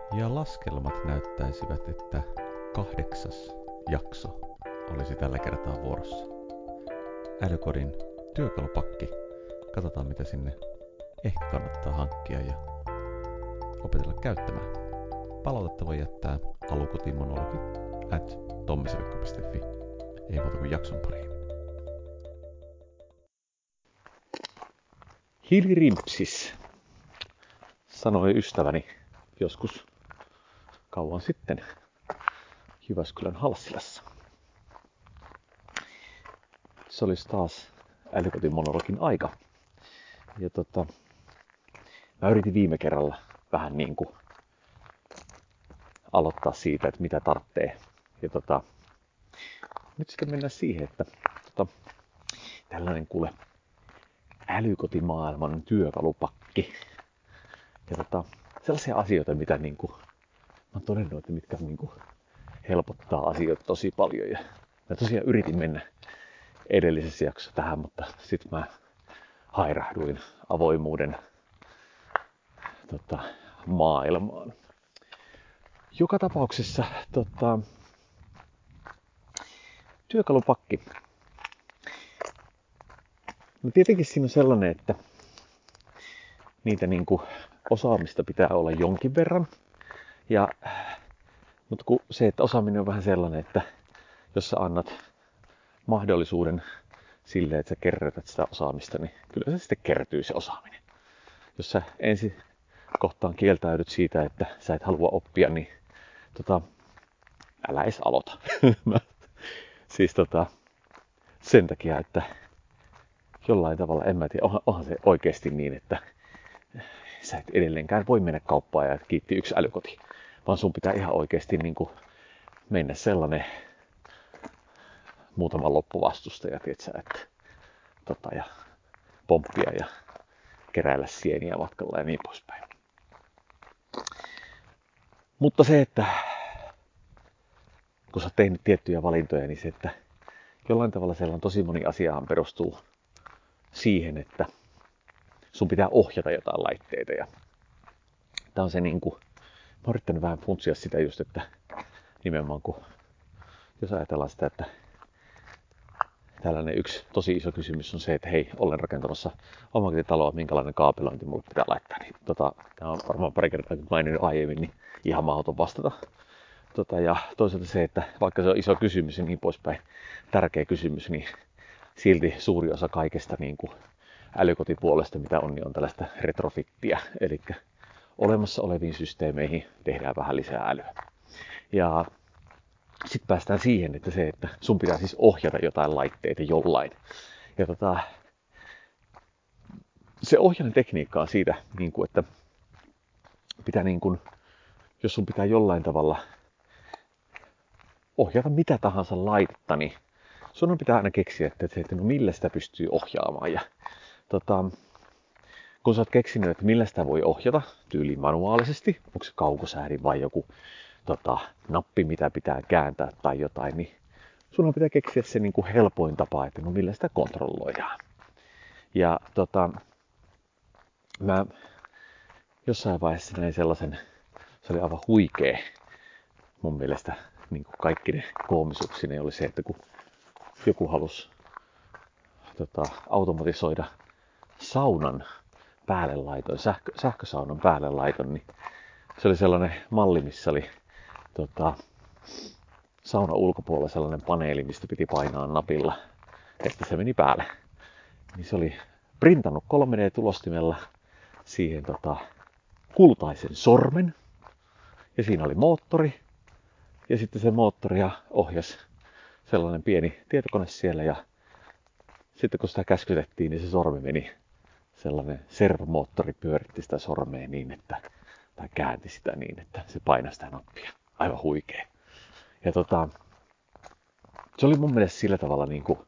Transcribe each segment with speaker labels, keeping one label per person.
Speaker 1: Ja laskelmat näyttäisivät, että 8. jakso olisi tällä kertaa vuorossa. Älykodin työkalupakki. Katsotaan mitä sinne ehkä kannattaa hankkia ja opetella käyttämään. Palautetta voi jättää alukotiimonologi@tommisevikko.fi. Ei muuta kuin jakson pariin. Hilirimpsis, sanoi ystäväni joskus kauan sitten Jyväskylän Halssilassa. Se olisi taas älykotimonologin aika. Ja mä yritin viime kerralla vähän niin kuin aloittaa siitä, että mitä tarvitsee. Ja nyt sitten mennään siihen, että tällainen kuule älykotimaailman työkalupakki. Ja sellaisia asioita, mitä niin kuin, mä oon todennut, että mitkä niin kuin helpottaa asioita tosi paljon. Ja mä tosiaan yritin mennä edellisessä jaksossa tähän, mutta sitten mä hairahduin avoimuuden maailmaan. Joka tapauksessa työkalupakki. No tietenkin siinä on sellainen, että niitä niinku osaamista pitää olla jonkin verran. Mutta se, että osaaminen on vähän sellainen, että jos sä annat mahdollisuuden sille, että sä kerrytät sitä osaamista, niin kyllä se sitten kertyy se osaaminen. Jos sä ensin kohtaan kieltäydyt siitä, että sä et halua oppia, niin älä edes aloita. Siis sen takia, että jollain tavalla, en mä tiedä, onhan se oikeasti niin, että sä et edelleenkään voi mennä kauppaan ja kiitti yksi älykoti, vaan sun pitää ihan oikeasti niin kuin mennä sellainen muutaman loppuvastustaja, tietsä, että ja pomppia ja keräillä sieniä matkalla ja niin poispäin. Mutta se, että kun sä oot tehnyt tiettyjä valintoja, niin se, että jollain tavalla sellainen tosi moni asiahan perustuu siihen, että sun pitää ohjata jotain laitteita. Ja tää on se niinku, mä oon yrittänyt vähän funtsia sitä just, että nimenomaan kun, jos ajatellaan sitä, että tällainen yksi tosi iso kysymys on se, että hei, olen rakentamassa omakotitaloa, minkälainen kaapelointi mulle pitää laittaa. Niin tämä on varmaan pari kertaa maininnut aiemmin, niin ihan mahdoton vastata. Ja toisaalta se, että vaikka se on iso kysymys ja niin poispäin, tärkeä kysymys, niin silti suuri osa kaikesta niin kuin älykotipuolesta, mitä on, niin on tällaista retrofittiä. Eli olemassa oleviin systeemeihin tehdään vähän lisää älyä. Ja sitten päästään siihen, että se, että sun pitää siis ohjata jotain laitteita jollain. Ja se ohjainen tekniikka on siitä, niin kuin, että pitää niin kuin, jos sun pitää jollain tavalla ohjata mitä tahansa laitetta, niin sun pitää aina keksiä, että no millä sitä pystyy ohjaamaan. Ja kun sä oot keksinyt, että millä sitä voi ohjata tyyliin manuaalisesti, onko se kaukosäädin vai joku nappi, mitä pitää kääntää tai jotain, niin sun pitää keksiä se niin kuin helpoin tapa, että no millä sitä kontrolloidaan. Ja mä jossain vaiheessa näin sellaisen, se oli aivan huikea mun mielestä, niin kuin kaikki ne koomisuuksineen oli se, että kun joku halusi automatisoida saunan päälle laiton, sähkösaunan päälle laiton, niin se oli sellainen malli, missä oli sauna ulkopuolella sellainen paneeli, mistä piti painaa napilla, että se meni päälle. Niin se oli printannut 3D-tulostimella siihen kultaisen sormen, ja siinä oli moottori, ja sitten se moottoria ohjasi sellainen pieni tietokone siellä, ja sitten kun sitä käskytettiin, niin se sormi meni, sellainen servomoottori pyöritti sitä sormea niin, että, tai käänti sitä niin, että se painaa sitä nappia. Aivan huikea. Ja se oli mun mielestä sillä tavalla niin kuin,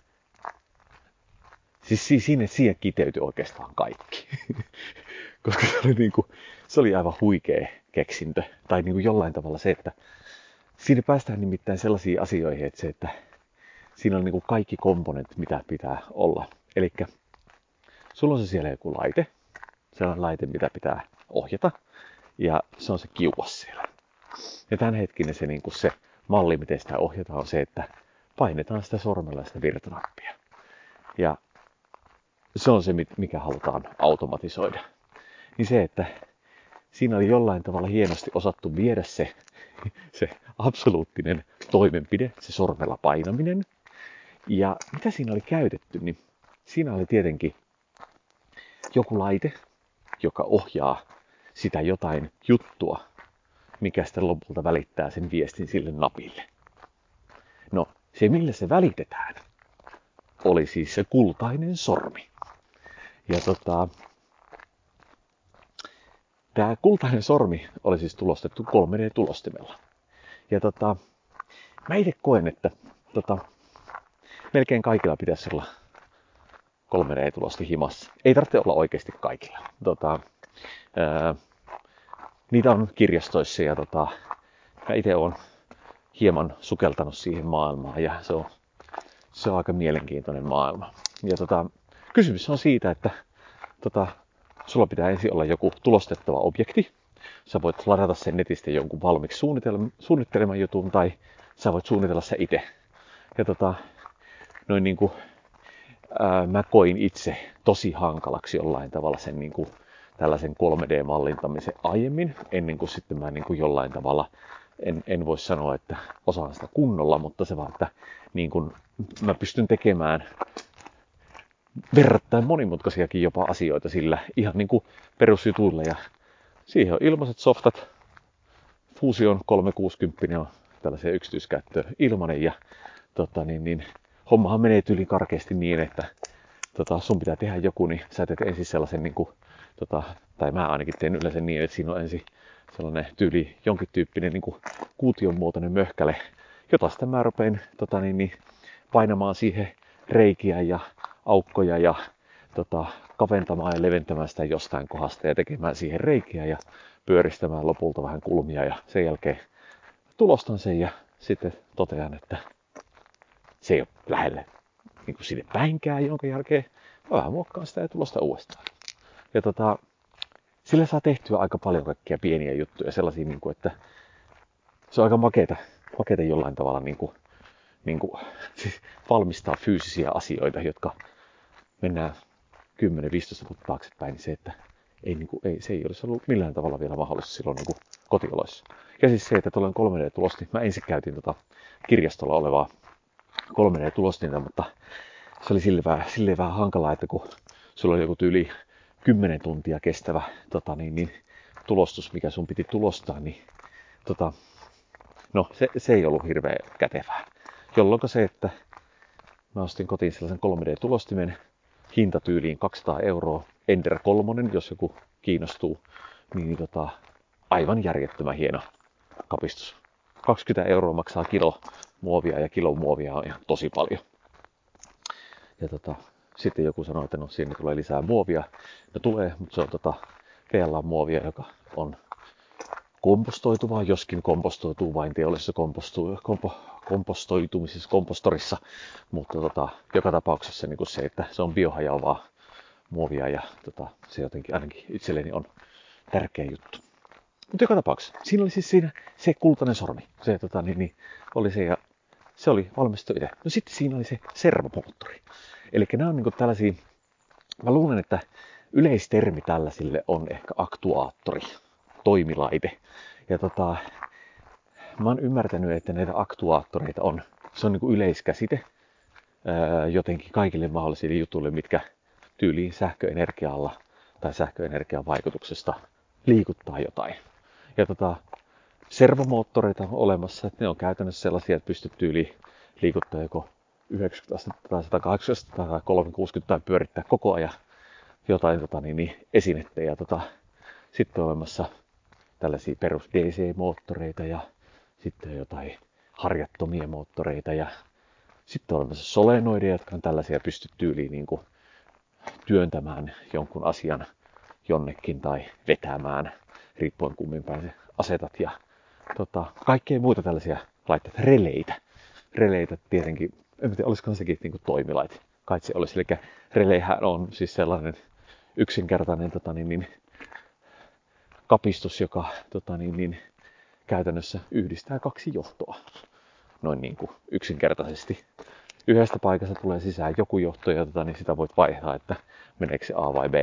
Speaker 1: siis siihen kiteytyi oikeastaan kaikki. Koska se oli aivan huikea keksintö. Tai niin kuin jollain tavalla se, että siinä päästään nimittäin sellaisiin asioihin, että se, että siinä on niin kuin kaikki komponentit, mitä pitää olla. Eli sulla on se siellä joku laite, sellainen laite, mitä pitää ohjata. ja se on se kiuas siellä. Ja tämänhetkinen se, niin kuin se malli, miten sitä ohjataan, on se, että painetaan sitä sormella sitä virtanappia. Ja se on se, mikä halutaan automatisoida. Niin se, että siinä oli jollain tavalla hienosti osattu viedä se absoluuttinen toimenpide, se sormella painaminen. Ja mitä siinä oli käytetty, niin siinä oli tietenkin joku laite, joka ohjaa sitä jotain juttua, mikä sitten lopulta välittää sen viestin sille napille. No, se millä se välitetään, oli siis se kultainen sormi. Ja tämä kultainen sormi oli siis tulostettu 3D-tulostimella. Ja mä itse koen, että melkein kaikilla pitäisi olla 3D-tulosti himassa. Ei tarvitse olla oikeasti kaikilla. Niitä on kirjastoissa ja mä itse olen hieman sukeltanut siihen maailmaan ja se on aika mielenkiintoinen maailma. Ja kysymys on siitä, että sulla pitää ensin olla joku tulostettava objekti. Sä voit ladata sen netistä jonkun valmiiksi suunnitteleman jutun tai sä voit suunnitella se itse. Ja noin niinku mä koin itse tosi hankalaksi jollain tavalla sen niinku tällaisen 3D-mallintamisen aiemmin, ennen kuin sitten mä niinku jollain tavalla, en voi sanoa, että osaan sitä kunnolla, mutta se vaan, että niin kun mä pystyn tekemään verrattain monimutkaisiakin jopa asioita sillä ihan niinku perusjutuilla. Ja siihen on ilmaiset softat. Fusion 360 on tällaisia yksityiskäyttöön ilmanen ja hommahan menee yli karkeasti niin, että sun pitää tehdä joku, niin sä teet ensin sellaisen, tai mä ainakin teen yleensä niin, että siinä on ensin sellainen jonkin tyyppinen kuution muotoinen möhkäle, jota sitten mä rupean painamaan siihen reikiä ja aukkoja ja kaventamaan ja leventämään sitä jostain kohdasta ja tekemään siihen reikiä ja pyöristämään lopulta vähän kulmia ja sen jälkeen tulostan sen ja sitten totean, että se ei ole lähelle niin sinne päinkään, jonka jälkeen mä vähän muokkaan sitä ja tulosta uudestaan. Ja sillä saa tehtyä aika paljon kaikkia pieniä juttuja, sellaisia, että se on aika makeeta jollain tavalla siis valmistaa fyysisiä asioita, jotka mennään 10-15 vuotta taaksepäin, niin se, että se ei olisi ollut millään tavalla vielä mahdollista silloin kotioloissa. Ja siis se, että tuollainen 3D-tulosti, mä ensin käytin kirjastolla olevaa 3D-tulostinta, mutta se oli silleen vähän hankalaa, että kun sulla oli joku yli 10 tuntia kestävä tulostus, mikä sun piti tulostaa, niin se ei ollut hirveän kätevää. Jolloin se, että mä ostin kotiin sellaisen 3D-tulostimen, hintatyyliin 200 €, Ender 3, jos joku kiinnostuu, niin aivan järjettömän hieno kapistus. 20 € maksaa kilo muovia ja kilo muovia on ihan tosi paljon. Ja sitten joku sanoi, että no sinne tulee lisää muovia. No tulee, mutta se on PLA-muovia, joka on kompostoituvaa, joskin kompostoituu vain teollisessa kompostoitumisessa, kompostorissa. Mutta joka tapauksessa niin se, että se on biohajaavaa muovia ja se jotenkin ainakin itselleni on tärkeä juttu. Mutta joka tapauksessa, siinä oli siis se kultainen sormi. Se oli se ja se oli valmistettu itse. No sitten siinä oli se servomoottori. Eli nämä on tällaisia, mä luulen, että yleistermi tällaisille on ehkä aktuaattori, toimilaite. Ja mä oon ymmärtänyt, että näitä aktuaattoreita se on yleiskäsite jotenkin kaikille mahdollisille jutuille, mitkä tyyliin sähköenergialla tai sähköenergian vaikutuksesta liikuttaa jotain. Ja servomoottoreita on olemassa, että ne on käytännössä sellaisia, että pystyt tyyliin liikuttaa joko 90 astetta tai 180 tai 360 tai pyörittää koko ajan jotain esinettä. Ja sitten on olemassa tällaisia perus DC-moottoreita ja sitten jotain harjattomia moottoreita ja sitten on olemassa solenoideja, jotka on tällaisia pystyt tyyliin työntämään jonkun asian jonnekin tai vetämään, riippuen kummin päin se asetat. Ja kaikkea muita tällaisia laitteita, releitä tietenkin, en tiedä olisiko sekin toimilaite, kai se olisi. Eli releihän on siis sellainen yksinkertainen kapistus, joka käytännössä yhdistää 2 johtoa. Noin niin kuin yksinkertaisesti. Yhdestä paikasta tulee sisään joku johto ja sitä voit vaihtaa, että meneekö se A vai B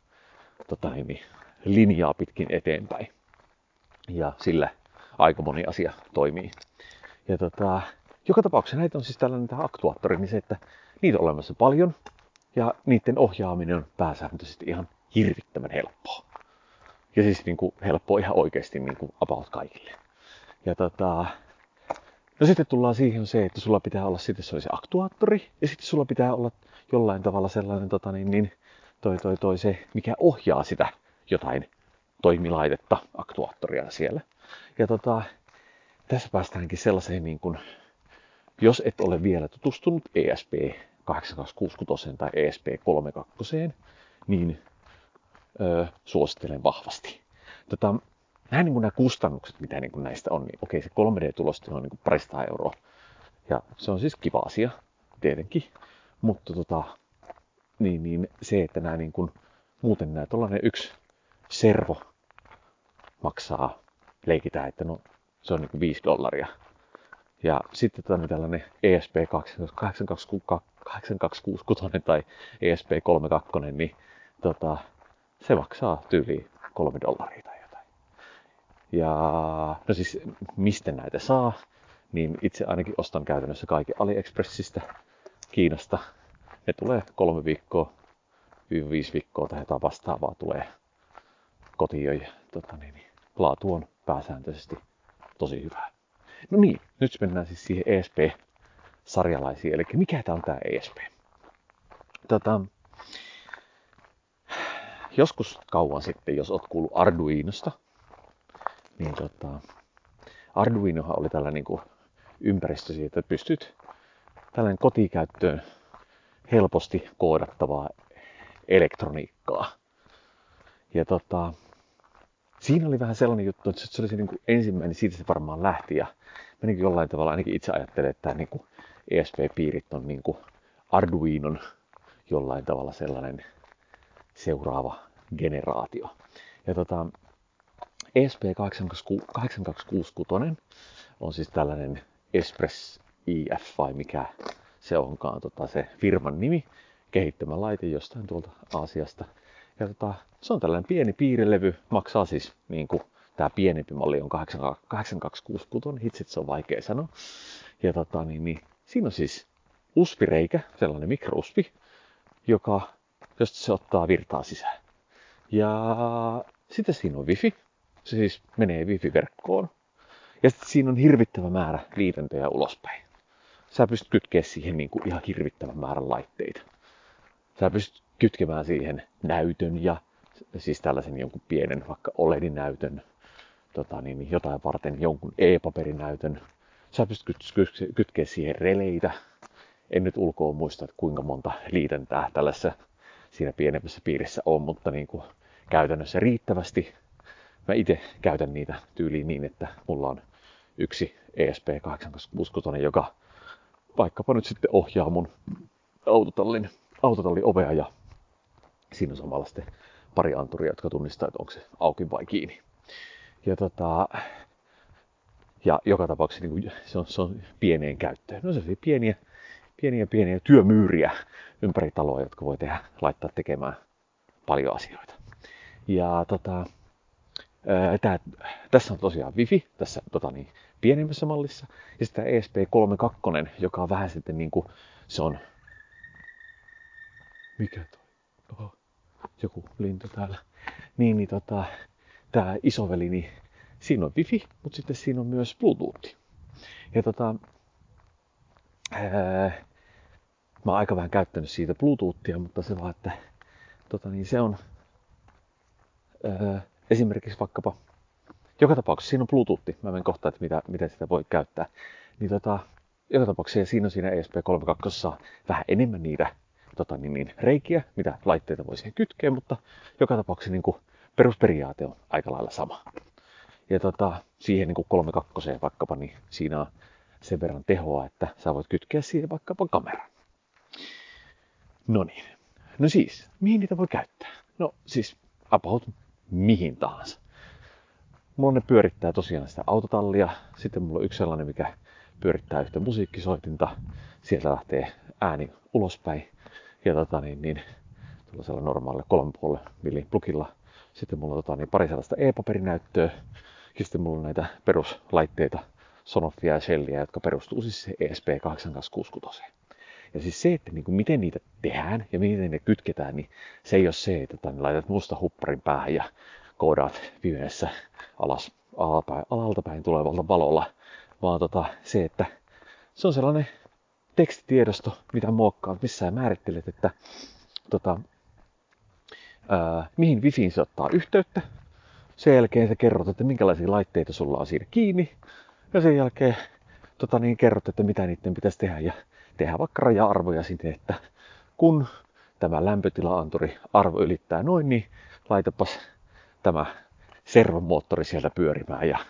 Speaker 1: linjaa pitkin eteenpäin. Ja sillä aika moni asia toimii. Ja joka tapauksessa näitä on siis tällainen tämä aktuaattori, niin se, että niitä on olemassa paljon ja niiden ohjaaminen on pääsääntöisesti ihan hirvittävän helppoa. Ja siis niin kuin helppoa ihan oikeasti niin kuin about kaikille. Ja no sitten tullaan siihen se, että sulla pitää olla sitten se aktuaattori ja sitten sulla pitää olla jollain tavalla sellainen se, mikä ohjaa sitä jotain toimilaitetta, aktuaattoria siellä. Ja tässä päästäänkin sellaiseen, niin kuin, jos et ole vielä tutustunut ESP8266 tai ESP32, niin suosittelen vahvasti. Nämä kustannukset, mitä niin kuin näistä on, niin okei, se 3D-tulostin on niin kuin 200 euroa. Ja se on siis kiva asia, tietenkin. Mutta se, että nämä niin kuin, muuten nämä tuollainen yksi servo maksaa, leikitään, että no, se on niin kuin $5. Ja sitten tällainen ESP8266 tai ESP32, niin se maksaa tyyliin $3 tai jotain. Ja no siis mistä näitä saa, niin itse ainakin ostan käytännössä kaiken AliExpressistä, Kiinasta. Ne tulee 3 viikkoa, 5 viikkoa tai jotain vastaavaa tulee kotiin ja laatu on pääsääntöisesti tosi hyvää. No niin, nyt mennään siis siihen ESP-sarjalaisiin, eli mikä tää on tää ESP? Joskus kauan sitten, jos oot kuullut Arduinosta, niin Arduinohan oli tällainen niin kuin ympäristö siitä, että pystyt tällainen kotikäyttöön helposti koodattavaa elektroniikkaa. Ja siinä oli vähän sellainen juttu, että se oli se niin kuin ensimmäinen, siitä se varmaan lähti. Ja menikin jollain tavalla, ainakin itse ajattelen, että tämä niin kuin ESP-piirit on niin kuin Arduinon jollain tavalla sellainen seuraava generaatio. Ja ESP8266 on siis tällainen Espress IF vai mikä se onkaan se firman nimi, kehittämä laite jostain tuolta Aasiasta. Ja se on tällainen pieni piirilevy, maksaa siis niin kuin tämä pienempi malli on 8266, hitsit se on vaikea sanoa. Ja siinä on siis USB-reikä, sellainen mikro-USB, josta se ottaa virtaa sisään. Ja sitten siinä on Wi-Fi, se siis menee Wi-Fi-verkkoon. Ja sitten siinä on hirvittävä määrä liitäntöjä ulospäin. Sä pystyt kytkemään siihen niin kuin ihan hirvittävän määrän laitteita. Sä pystyt kytkemään siihen näytön ja siis tällaisen jonkun pienen vaikka OLED-näytön, jotain varten jonkun e-paperinäytön. Sä pystyt kytkemään siihen releitä. En nyt ulkoa muista, että kuinka monta liitäntää tällaisessa siinä pienemmässä piirissä on, mutta niin kuin käytännössä riittävästi. Mä itse käytän niitä tyyliin niin, että mulla on yksi ESP8266, joka vaikkapa nyt sitten ohjaa mun autotallin ovea ja siinä on samalla sitten pari anturia, jotka tunnistaa, että onko se auki vai kiinni. Ja joka tapauksessa niin se on pieneen käyttöön. No se on pieniä työmyyriä ympäri taloa, jotka voi laittaa tekemään paljon asioita. Ja tässä on tosiaan Wi-Fi, tässä pienemmässä mallissa. Ja sitten ESP32, joka on vähän sitten niin kuin, se on, mikä toi? Oho, joku lintu täällä. Tää isoveli, niin siinä on Wi-Fi, mutta sitten siinä on myös Bluetooth. Ja mä oon aika vähän käyttänyt siitä Bluetoothia, mutta se vaan, että se on esimerkiksi vaikkapa, joka tapauksessa siinä on Bluetooth, mä menen kohta, että miten sitä voi käyttää, niin joka tapauksessa siinä on siinä ESP32 vähän enemmän niitä reikiä, mitä laitteita voi siihen kytkeä, mutta joka tapauksessa niin kuin perusperiaate on aika lailla sama. Ja siihen niin kuin 32 vaikkapa, niin siinä on sen verran tehoa, että sä voit kytkeä siihen vaikkapa kameran. No niin. No siis, mihin niitä voi käyttää? No siis about mihin tahansa. Mulla ne pyörittää tosiaan sitä autotallia. Sitten mulla on yksi sellainen, mikä pyörittää yhtä musiikkisoitinta. Sieltä lähtee ääni ulospäin. Ja tuollaisella normaalilla 3,5 millin plugilla. Sitten mulla on pari sellaista e-paperinäyttöä. Ja sitten mulla on näitä peruslaitteita, Sonofia ja Shellia, jotka perustuu siis ESP8266. Ja siis se, että niin kuin miten niitä tehdään ja miten ne kytketään, niin se ei ole se, että laitat musta hupparin päähän ja koodaat viimeessä alalta päin tulevalta valolla, vaan se, että se on sellainen tekstitiedosto, mitä muokkaat, missä sä määrittelet, että mihin wifiin se ottaa yhteyttä. Sen jälkeen sä kerrot, että minkälaisia laitteita sulla on siinä kiinni. Ja sen jälkeen kerrot, että mitä niiden pitäisi tehdä. Ja tehdään vaikka raja-arvoja sinne, että kun tämä lämpötila-anturi arvo ylittää noin, niin laitapas tämä servomoottori sieltä pyörimään ja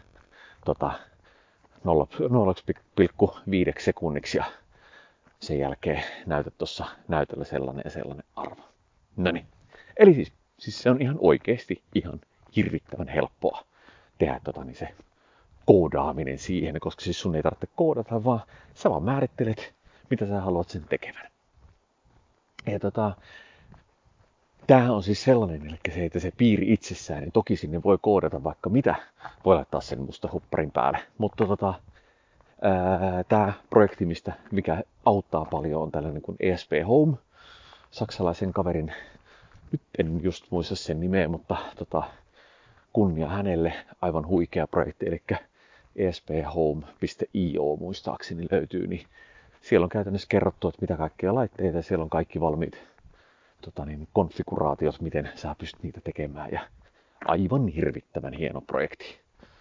Speaker 1: 0,5 sekunniksi ja sen jälkeen näytät tuossa näytöllä sellainen ja sellainen arvo. No niin. Eli siis se on ihan oikeasti ihan hirvittävän helppoa tehdä se koodaaminen siihen, koska siis sun ei tarvitse koodata, vaan sä vaan määrittelet, mitä sä haluat sen tekevän. Ja tämähän on siis sellainen, eli se, että se piiri itsessään, niin toki sinne voi koodata vaikka mitä, voi laittaa sen musta hupparin päälle, mutta tämä projekti, mikä auttaa paljon, on tällainen kuin ESP Home, saksalaisen kaverin, nyt en just muista sen nimeä, mutta kunnia hänelle, aivan huikea projekti, eli esphome.io muistaakseni löytyy, niin siellä on käytännössä kerrottu, että mitä kaikkea laitteita, ja siellä on kaikki valmiit konfiguraatiot, miten sä pystyt niitä tekemään, ja aivan hirvittävän hieno projekti.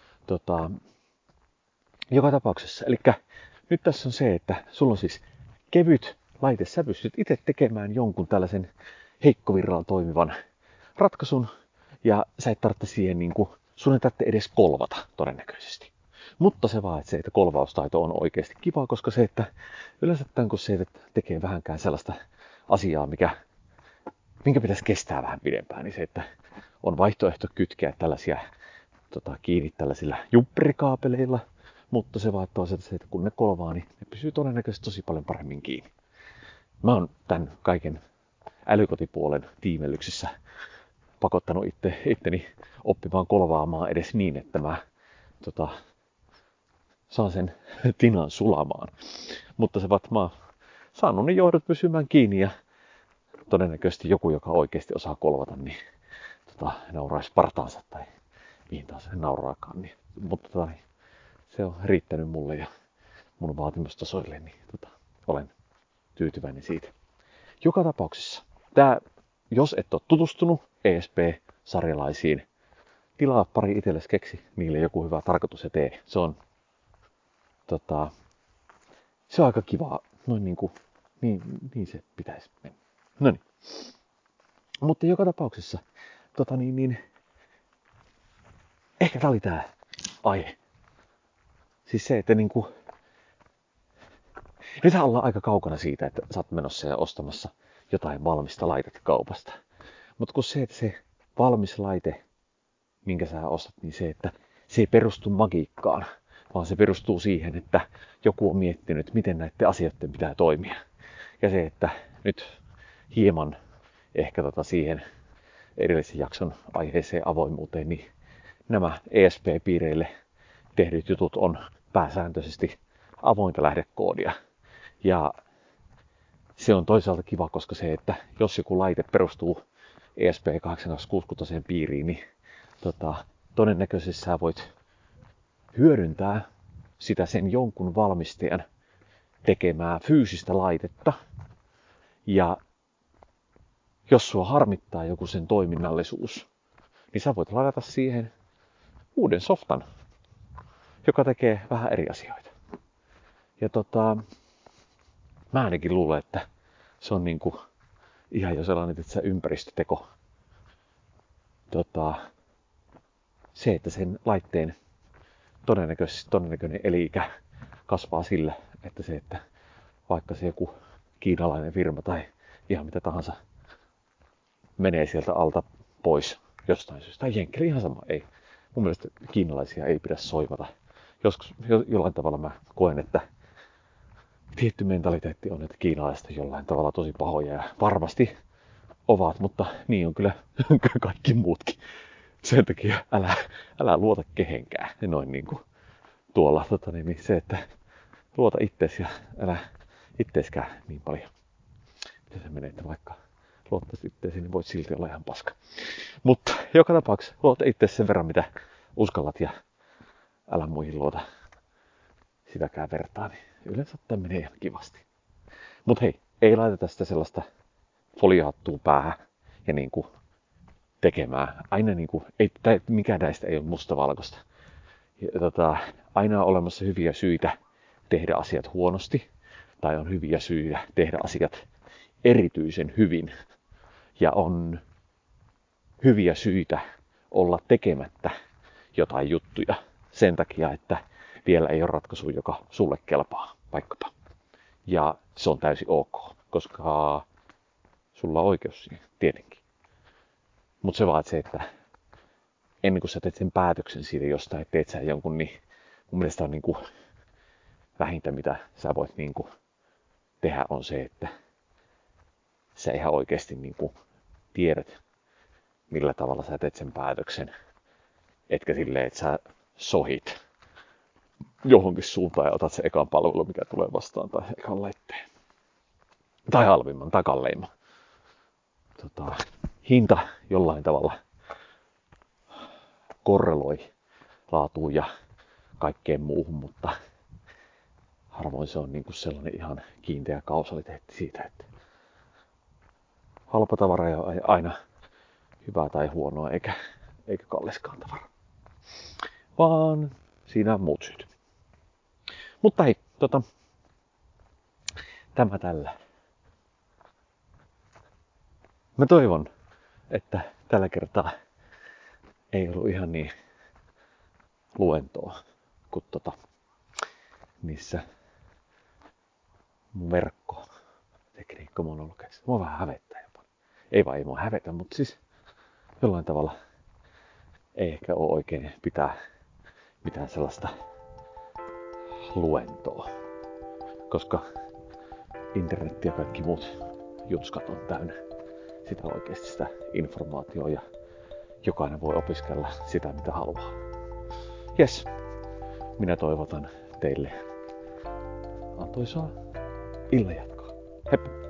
Speaker 1: Joka tapauksessa, eli nyt tässä on se, että sulla on siis kevyt laite, sä pystyt itse tekemään jonkun tällaisen heikkovirralla toimivan ratkaisun, ja sä et tarvitse siihen sun ei tarvitse edes kolvata todennäköisesti. Mutta se vaan, että kolvaustaito on oikeasti kiva, koska se, että yleensä kun se että tekee vähänkään sellaista asiaa, minkä pitäisi kestää vähän pidempään, niin se, että on vaihtoehto kytkeä tällaisia kiinni tällaisilla jumppirikaapeleilla, mutta se vaan toisaalta se, että kun ne kolvaa, niin ne pysyy todennäköisesti tosi paljon paremmin kiinni. Mä oon tämän kaiken älykotipuolen tiimellyksissä pakottanut itteni oppimaan kolvaamaan edes niin, että mä saan sen tinan sulamaan. Mutta se mä oon saanut ne johdot pysymään kiinni ja todennäköisesti joku, joka oikeasti osaa kolvata, niin nauraisi partaansa tai mihin taas hän nauraakaan. Niin, mutta se on riittänyt mulle ja mun vaatimustasoille, niin olen tyytyväinen siitä. Joka tapauksessa, jos et ole tutustunut ESP-sarjalaisiin, tilaa pari itsellesi, keksi niille joku hyvä tarkoitus ja tee. Se on aika kivaa, noin niin se pitäisi mennä. No niin. Mutta joka tapauksessa, ehkä tää oli tää aihe. Siis se, että nythän ollaan aika kaukana siitä, että sä oot menossa ja ostamassa jotain valmista laitetta kaupasta. Mutta kun se, että se valmis laite, minkä sä ostat, niin se, että se ei perustu magiikkaan, vaan se perustuu siihen, että joku on miettinyt, miten näiden asioiden pitää toimia. Ja se, että nyt hieman ehkä siihen edellisen jakson aiheeseen avoimuuteen, niin nämä ESP-piireille tehdyt jutut on pääsääntöisesti avointa lähdekoodia. Ja se on toisaalta kiva, koska se, että jos joku laite perustuu ESP8266 piiriin, niin todennäköisesti sä voit hyödyntää sitä sen jonkun valmistajan tekemää fyysistä laitetta. Ja jos sua harmittaa joku sen toiminnallisuus, niin sä voit ladata siihen uuden softan, joka tekee vähän eri asioita. Ja mä ainakin luulen, että se on ihan jo sellainen, että se ympäristöteko. Se, että sen laitteen todennäköinen eli-ikä kasvaa sillä, että se, että vaikka se joku kiinalainen firma tai ihan mitä tahansa menee sieltä alta pois jostain syystä, tai jenkkeli ihan sama, ei mun mielestä kiinalaisia ei pidä soivata. Joskus jollain tavalla mä koen, että tietty mentaliteetti on, että kiinalaiset on jollain tavalla tosi pahoja ja varmasti ovat, mutta niin on kyllä kaikki muutkin. Sen takia älä luota kehenkään. Noin niin kuin tuolla niin se, että luota ittees ja älä itteeskään niin paljon. Miten se menee, että vaikka luottaisit itteesi, niin voit silti olla ihan paska. Mutta joka tapauksessa luota ittees sen verran, mitä uskallat ja älä muihin luota sitäkään vertaa, niin yleensä tämä menee ihan kivasti. Mut hei, ei laiteta sitä sellaista foliohattua päähän ja niinku tekemään. Aina niinku, mikään näistä ei ole mustavalkoista. Aina on olemassa hyviä syitä tehdä asiat huonosti, tai on hyviä syitä tehdä asiat erityisen hyvin. Ja on hyviä syitä olla tekemättä jotain juttuja sen takia, että vielä ei ole ratkaisu, joka sulle kelpaa, vaikkapa. Ja se on täysin ok, koska sulla on oikeus siihen, tietenkin. Mutta se vaan se, että ennen kuin sä teet sen päätöksen siitä jostain, teet sä jonkun, niin mun mielestä on niin kuin vähintä, mitä sä voit niin kuin tehdä, on se, että sä ihan oikeasti niin kuin tiedät, millä tavalla sä teet sen päätöksen. Etkä silleen, että sä sohit johonkin suuntaan ja otat sen ekan palvelun, mikä tulee vastaan, tai ekan laitteen. Tai halvimman, tai kalleimman. Hinta jollain tavalla korreloi laatuun ja kaikkeen muuhun, mutta harvoin se on niin kuin sellainen ihan kiinteä kausaliteetti siitä, että halpa tavara ei ole aina hyvää tai huonoa, eikä kalliskaan tavara. Vaan siinä on muut syyt. Mutta hei, tämä tällä. Mä toivon, että tällä kertaa ei ollut ihan niin luentoa kuin niissä mun verkkotekniikkamonologeissa. Mua vähän hävettää jopa. Ei mua hävetä, mutta siis jollain tavalla ei ehkä ole oikein pitää mitään sellaista luentoa. Koska internet ja kaikki muut jutskat on täynnä sitä oikeasti sitä informaatiota ja jokainen voi opiskella sitä mitä haluaa. Jes, minä toivotan teille antoisaa illanjatkoa. Heippa!